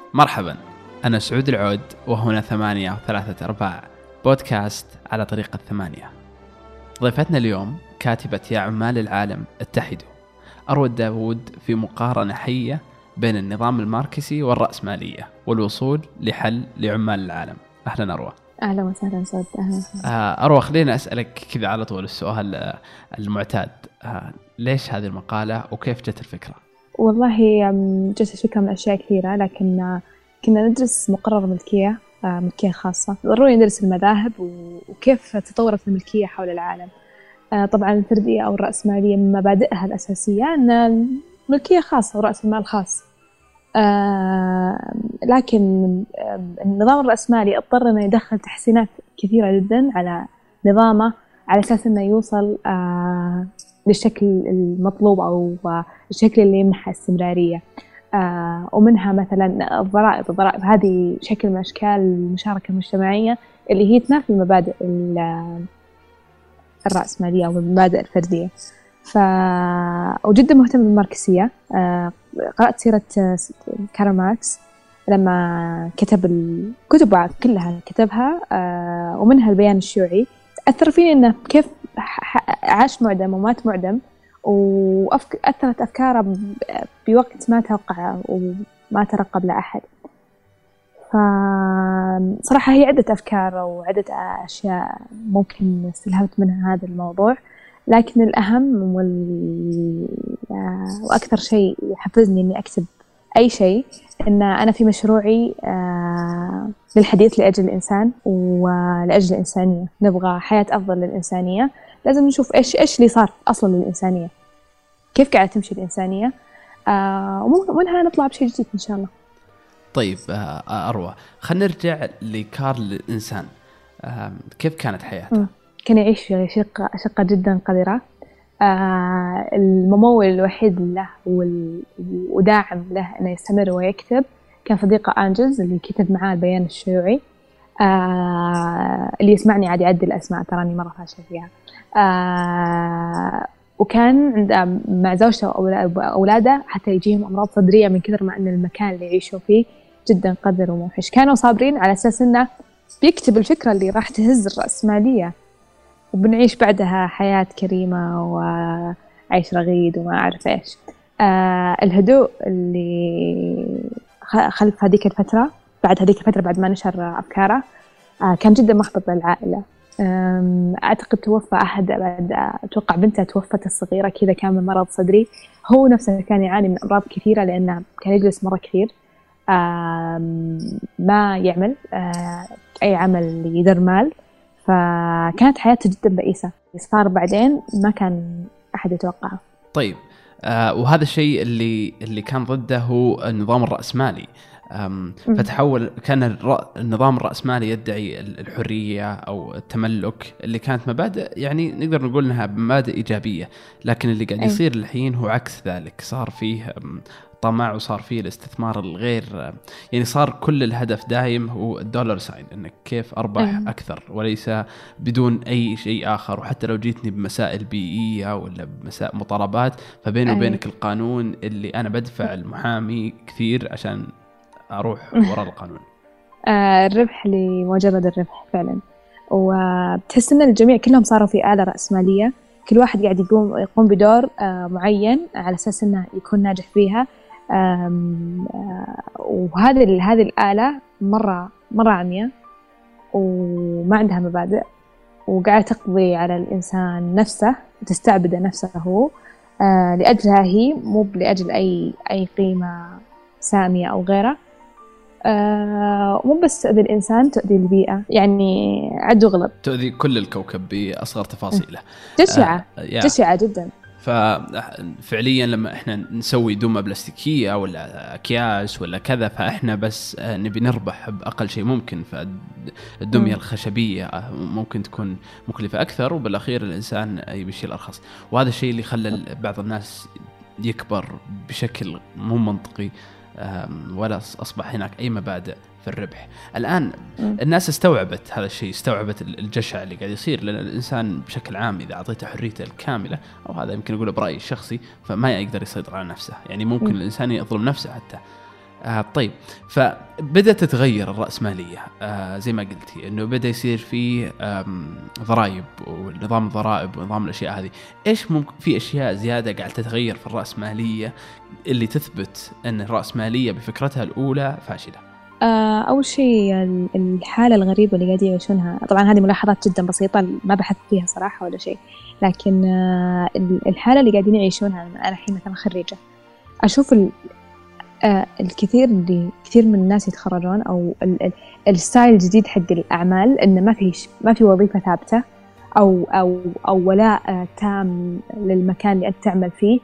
مرحبا، أنا سعود العود، وهنا 8 3/4 بودكاست على طريقة 8. ضيفتنا اليوم كاتبة يا عمال العالم اتحدوا، أروى الداود، في مقارنة حية بين النظام الماركسي والرأسمالية والوصول لحل لعمال العالم. أهلا أروى. أهلا وسهلا سعود. أروى، خلينا أسألك كذا على طول السؤال المعتاد، ليش هذه المقالة وكيف جت الفكرة؟ والله جت الفكرة من أشياء كثيرة، لكن كنا ندرس مقرر ملكية خاصة. ضروري ندرس المذاهب وكيف تطورت الملكية حول العالم. طبعا الفردية أو الرأسمالية من مبادئها الأساسية أن الملكية خاصة ورأس المال خاص، لكن النظام الرأسمالي اضطر أنه يدخل تحسينات كثيرة جدا على نظامه على أساس أنه يوصل للشكل المطلوب أو الشكل اللي يمنح استمرارية. ومنها مثلا الضرائب هذه شكل من أشكال المشاركة المجتمعية اللي هي تنافي مبادئ الرأسمالية والمبادئ الفردية. وجدا مهتم بالماركسية. قرأت سيرة كارل ماركس لما كتب الكتب كلها كتبها، ومنها البيان الشيوعي. أثر فيني إنه كيف عاش معدم ومات معدم، وأثرت أفكاره بوقت ما توقع وما ترقب لأحد. فصراحة هي عدة أفكار وعدة أشياء ممكن استلهمت منها هذا الموضوع، لكن الأهم وأكثر شيء يحفزني إني أكتب أي شيء إن أنا في مشروعي للحديث لأجل الإنسان ولأجل الإنسانية. نبغى حياة أفضل للإنسانية، لازم نشوف إيش اللي صار أصلا للإنسانية، كيف قاعدة تمشي الإنسانية، ومنها نطلع بشيء جديد إن شاء الله. طيب أروى، خلينا نرجع لكارل الإنسان. كيف كانت حياته؟ كان يعيش في شقة جدا قذرة. الممول الوحيد له وداعم له أنه يستمر ويكتب كان صديقه أنجلز اللي كتب معاه البيان الشيوعي. اللي يسمعني عادي يعدل الأسماء، تراني مرة فاشلة فيها. وكان مع زوجته وأولاده حتى يجيهم أمراض صدرية من كثر ما أن المكان اللي يعيشوا فيه جدا قذر وموحش. كانوا صابرين على أساس أنه بيكتب الفكرة اللي راح تهز الرأسمالية وبنعيش بعدها حياة كريمة وعيش رغيد وما أعرف إيش. الهدوء اللي خلف هذيك الفترة، بعد ما نشر أفكاره، كان جدا محبط للعائلة. أعتقد توفى أحد بعد، أتوقع بنته توفت الصغيرة كذا، كان من مرض صدري. هو نفسه كان يعاني من أمراض كثيرة لأنه كان يجلس مرة كثير، ما يعمل أي عمل يدر مال، فكانت حياته جدا بئيسة. صار بعدين ما كان أحد يتوقعه. طيب، وهذا الشيء اللي كان ضده هو النظام الرأسمالي. فتحول، كان النظام الرأسمالي يدعي الحرية أو التملك، اللي كانت مبادئ يعني نقدر نقول إنها مبادئ إيجابية، لكن اللي قاعد يصير الحين هو عكس ذلك. صار فيه طمع، وصار فيه الاستثمار الغير، يعني صار كل الهدف دايم هو الدولار ساين، إنك كيف أربح أكثر وليس بدون أي شيء آخر. وحتى لو جيتني بمسائل بيئية ولا بمسائل مطالبات، فبيني وبينك القانون اللي أنا بدفع المحامي كثير عشان أروح وراء القانون. الربح لمجرد الربح فعلا. وبتحس إن الجميع كلهم صاروا في آلة رأسمالية، كل واحد قاعد يقوم بدور معين على أساس إنه يكون ناجح فيها. وهذه الآلة مرة عمياء وما عندها مبادئ، وقاعدة تقضي على الإنسان نفسه وتستعبد نفسه هو لأجلها هي، مو لأجل أي قيمة سامية أو غيره. مو بس تؤذي الإنسان، تؤذي البيئة، يعني عد وغلط، تؤذي كل الكوكب بأصغر تفاصيله. جشعة جدا. ففعليا لما احنا نسوي دمى بلاستيكية ولا أكياس ولا كذا، فاحنا بس نبي نربح بأقل شيء ممكن. فالدمية الخشبية ممكن تكون مكلفة أكثر، وبالأخير الإنسان يمشي الأرخص. وهذا الشيء اللي خلى بعض الناس يكبر بشكل مو منطقي، ولا أصبح هناك أي مبادئ في الربح. الآن الناس استوعبت هذا الشيء، استوعبت الجشع اللي قاعد يصير، لأن الإنسان بشكل عام إذا أعطيته حريته الكاملة، أو هذا يمكن أقوله برأيي الشخصي، فما يقدر يسيطر على نفسه. يعني ممكن الإنسان يظلم نفسه حتى. طيب، فبدأت تتغير الرأسمالية زي ما قلتي إنه بدأ يصير فيه ضرائب ونظام الضرائب ونظام الأشياء هذه. إيش ممكن في أشياء زيادة قاعدة تتغير في الرأسمالية اللي تثبت أن الرأسمالية بفكرتها الأولى فاشلة؟ أول شيء الحالة الغريبة اللي قاعد يعيشونها، طبعا هذه ملاحظات جدا بسيطة ما بحث فيها صراحة ولا شيء، لكن الحالة اللي قاعدين يعيشونها، أنا الحين مثلا خريجة أشوف كثير من الناس يتخرجون أو الستايل الجديد حق الأعمال إنه ما في وظيفة ثابتة أو ولاء تام للمكان اللي أنت تعمل فيه.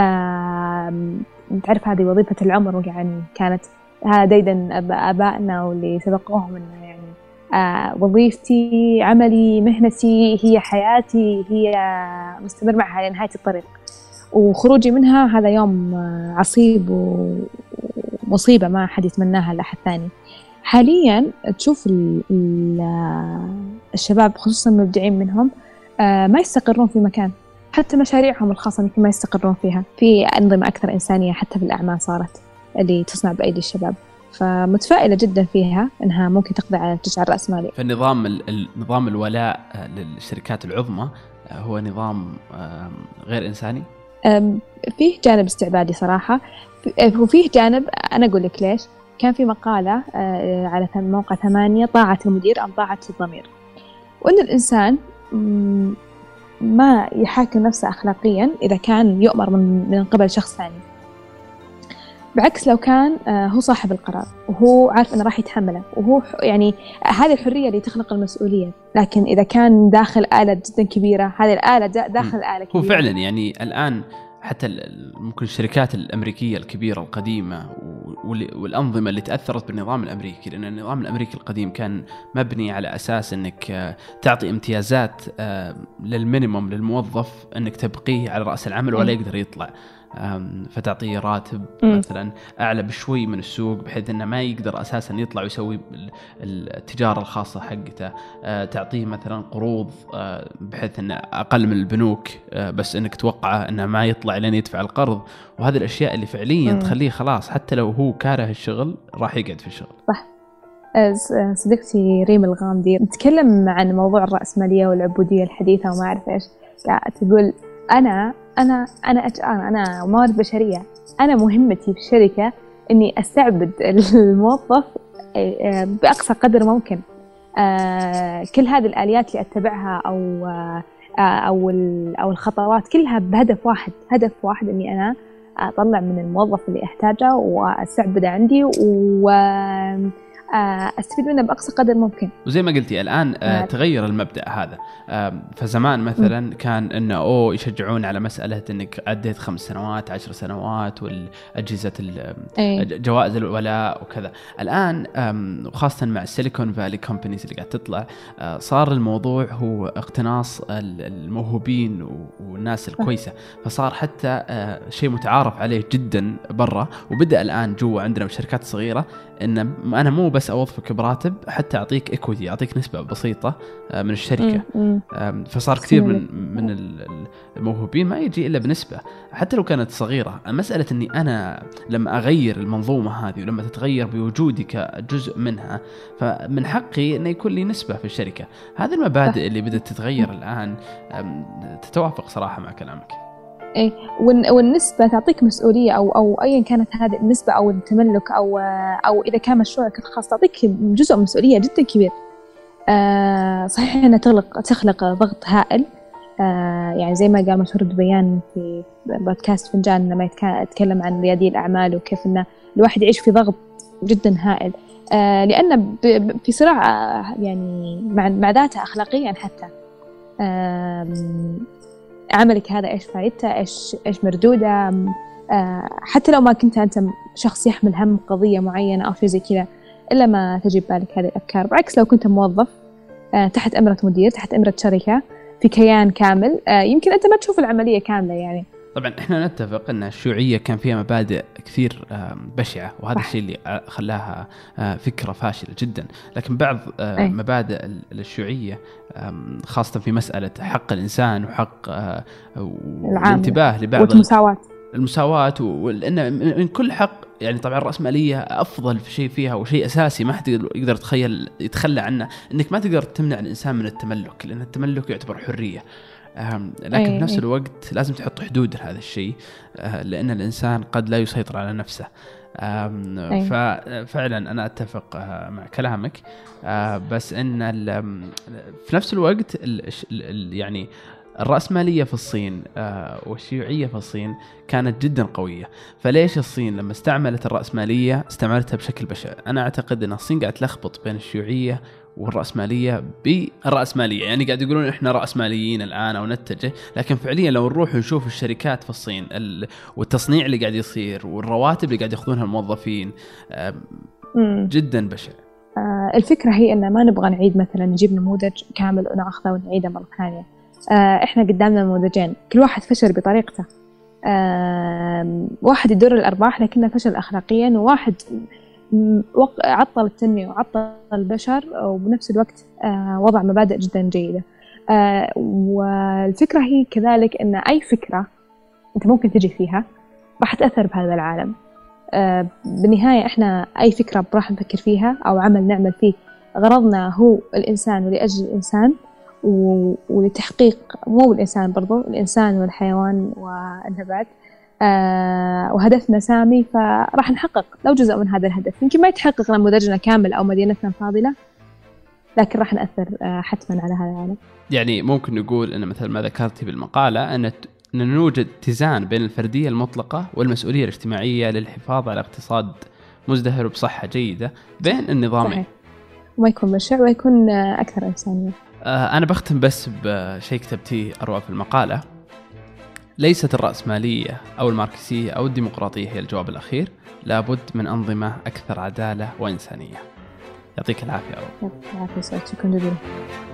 تعرف هذه وظيفة العمر، يعني كانت هذا ديدن آبائنا واللي سبقوهم إنه يعني وظيفتي، عملي، مهنتي هي حياتي، هي مستمر معها لنهاية الطريق، وخروجي منها هذا يوم عصيب ومصيبة ما حد يتمناها لأحد ثاني. حاليا تشوف الشباب خصوصا المبدعين منهم ما يستقرون في مكان، حتى مشاريعهم الخاصة يمكن ما يستقرون فيها. في أنظمة أكثر إنسانية حتى في الأعمال صارت اللي تصنع بأيدي الشباب، فمتفائلة جدا فيها أنها ممكن تقضي على التجار الرأسمالي. فالنظام الولاء للشركات العظمى هو نظام غير إنساني. فيه جانب استعبادي صراحة، وفيه جانب أنا أقول لك ليش. كان في مقالة على موقع 8 طاعة المدير أم طاعة الضمير، وأن الإنسان ما يحاكم نفسه أخلاقيا إذا كان يؤمر من قبل شخص ثاني، بعكس لو كان هو صاحب القرار وهو عارف أنه راح يتحمله، وهو يعني هذه الحرية اللي تخلق المسؤولية. لكن إذا كان داخل آلة جدا كبيرة، هذه الآلة داخل آلة كبيرة. هو فعلا يعني الآن حتى ممكن الشركات الأمريكية الكبيرة القديمة والأنظمة اللي تأثرت بالنظام الأمريكي، لأن النظام الأمريكي القديم كان مبني على أساس أنك تعطي امتيازات للمينيموم للموظف أنك تبقيه على رأس العمل ولا يقدر يطلع، فتعطيه راتب مثلا أعلى بشوي من السوق بحيث أنه ما يقدر أساسا يطلع ويسوي التجارة الخاصة حقته. تعطيه مثلا قروض بحيث أنه أقل من البنوك، بس أنك توقعه أنه ما يطلع لين يدفع القرض. وهذه الأشياء اللي فعليا تخليه خلاص حتى لو هو كاره الشغل راح يقعد في الشغل. صح. صديقتي ريم الغامدي تتكلم عن موضوع الرأسمالية والعبودية الحديثة وما أعرف إيش، تقول أنا موارد بشرية، أنا مهمتي في الشركة إني أستعبد الموظف بأقصى قدر ممكن. كل هذه الآليات اللي أتبعها أو الخطوات كلها بهدف واحد، هدف واحد إني أنا أطلع من الموظف اللي أحتاجه وأستعبده عندي أستفيد منه بأقصى قدر ممكن. وزي ما قلتي الآن تغير المبدأ هذا. فزمان مثلا كان إنه يشجعون على مسألة إنك أديت 5 سنوات 10 سنوات والأجهزة جوائز الولاء وكذا. الآن وخاصة مع السيليكون فالي كومبانيز اللي قاعد تطلع، صار الموضوع هو اقتناص الموهوبين والناس الكويسة، فصار حتى شيء متعارف عليه جدا برا، وبدأ الآن جوا عندنا بالشركات الصغيرة إن أنا مو بس أوظفك براتب، حتى أعطيك إيكويتي، أعطيك نسبة بسيطة من الشركة. فصار كثير من الموهوبين ما يجي إلا بنسبة حتى لو كانت صغيرة. مسألة أني أنا لما أغير المنظومة هذه ولما تتغير بوجودي كجزء منها، فمن حقي أن يكون لي نسبة في الشركة. هذه المبادئ اللي بدأت تتغير الآن تتوافق صراحة مع كلامك. إيه، والنسبة تعطيك مسؤولية أو أيا كانت هذه النسبة أو التملك أو إذا كان مشروعك الخاص تعطيك جزء من مسؤولية جدا كبير. صحيح أنها تخلق ضغط هائل. يعني زي ما قال مشهور بيان في بودكاست فنجان لما يتكلم عن ريادي الأعمال وكيف أن الواحد يعيش في ضغط جدا هائل، لأنه في صراع يعني مع ذاته أخلاقيا. حتى عملك هذا إيش فائدته، إيش مردوده. حتى لو ما كنت أنت شخص يحمل هم قضية معينة أو شيء زي كذا، إلا ما تجيب بالك هذه الأفكار. بعكس لو كنت موظف تحت أمرة مدير، تحت أمرة شركة، في كيان كامل، يمكن أنت ما تشوف العملية كاملة. يعني طبعا إحنا نتفق أن الشيوعية كان فيها مبادئ كثير بشعة، وهذا الشيء اللي خلاها فكرة فاشلة جدا. لكن بعض مبادئ الشيوعية خاصة في مسألة حق الإنسان وحق والانتباه لبعض والمساواة، المساواة، وأن من كل حق يعني طبعا الرأسمالية أفضل في شيء فيها وشيء أساسي ما حد يقدر يتخلى عنه، إنك ما تقدر تمنع الإنسان من التملك، لأن التملك يعتبر حرية. لكن بنفس الوقت لازم تحط حدود لهذا الشيء، لأن الإنسان قد لا يسيطر على نفسه. ففعلا أنا أتفق مع كلامك، بس إن في نفس الوقت يعني الرأسمالية في الصين والشيوعية في الصين كانت جدا قوية. فليش الصين لما استعملت الرأسمالية استعملتها بشكل بشع؟ أنا أعتقد أن الصين قاعد تلخبط بين الشيوعية والرأسمالية بالرأسمالية، يعني قاعد يقولون إحنا رأسماليين الآن أو نتجه، لكن فعليا لو نروح ونشوف الشركات في الصين والتصنيع اللي قاعد يصير والرواتب اللي قاعد يأخذونها الموظفين جدا بشع. الفكرة هي إن ما نبغى نعيد مثلا نجيب نموذج كامل ونأخذه ونعيده مرة ثانية. إحنا قدامنا نموذجين كل واحد فشل بطريقته. واحد يدور الأرباح لكنه فشل أخلاقيا، وواحد عطل التنمية وعطل البشر وبنفس الوقت وضع مبادئ جدا جيدة. والفكرة هي كذلك إن أي فكرة أنت ممكن تجي فيها راح تأثر بهذا العالم. بالنهاية إحنا أي فكرة راح نفكر فيها أو عمل نعمل فيه غرضنا هو الإنسان ولأجل الإنسان ولتحقيق مو الإنسان برضو الإنسان والحيوان والنبات، وهدفنا سامي، فراح نحقق لو جزء من هذا الهدف. يمكن ما يتحقق نموذجنا كامل أو مدينتنا فاضلة، لكن راح نأثر حتما على هذا العالم. يعني ممكن نقول أن مثل ما ذكرتي بالمقالة أن نوجد اتزان بين الفردية المطلقة والمسؤولية الاجتماعية للحفاظ على اقتصاد مزدهر وبصحة جيدة بين النظامين. صحيح. وما يكون بشع ويكون أكثر إنسانية. أنا بختم بس بشيء كتبتيه أروى في المقالة: ليست الرأسمالية أو الماركسية أو الديمقراطية هي الجواب الأخير، لابد من أنظمة أكثر عدالة وإنسانية. يعطيك العافية أروى. يعطيك العافية، شكرا جزيلا.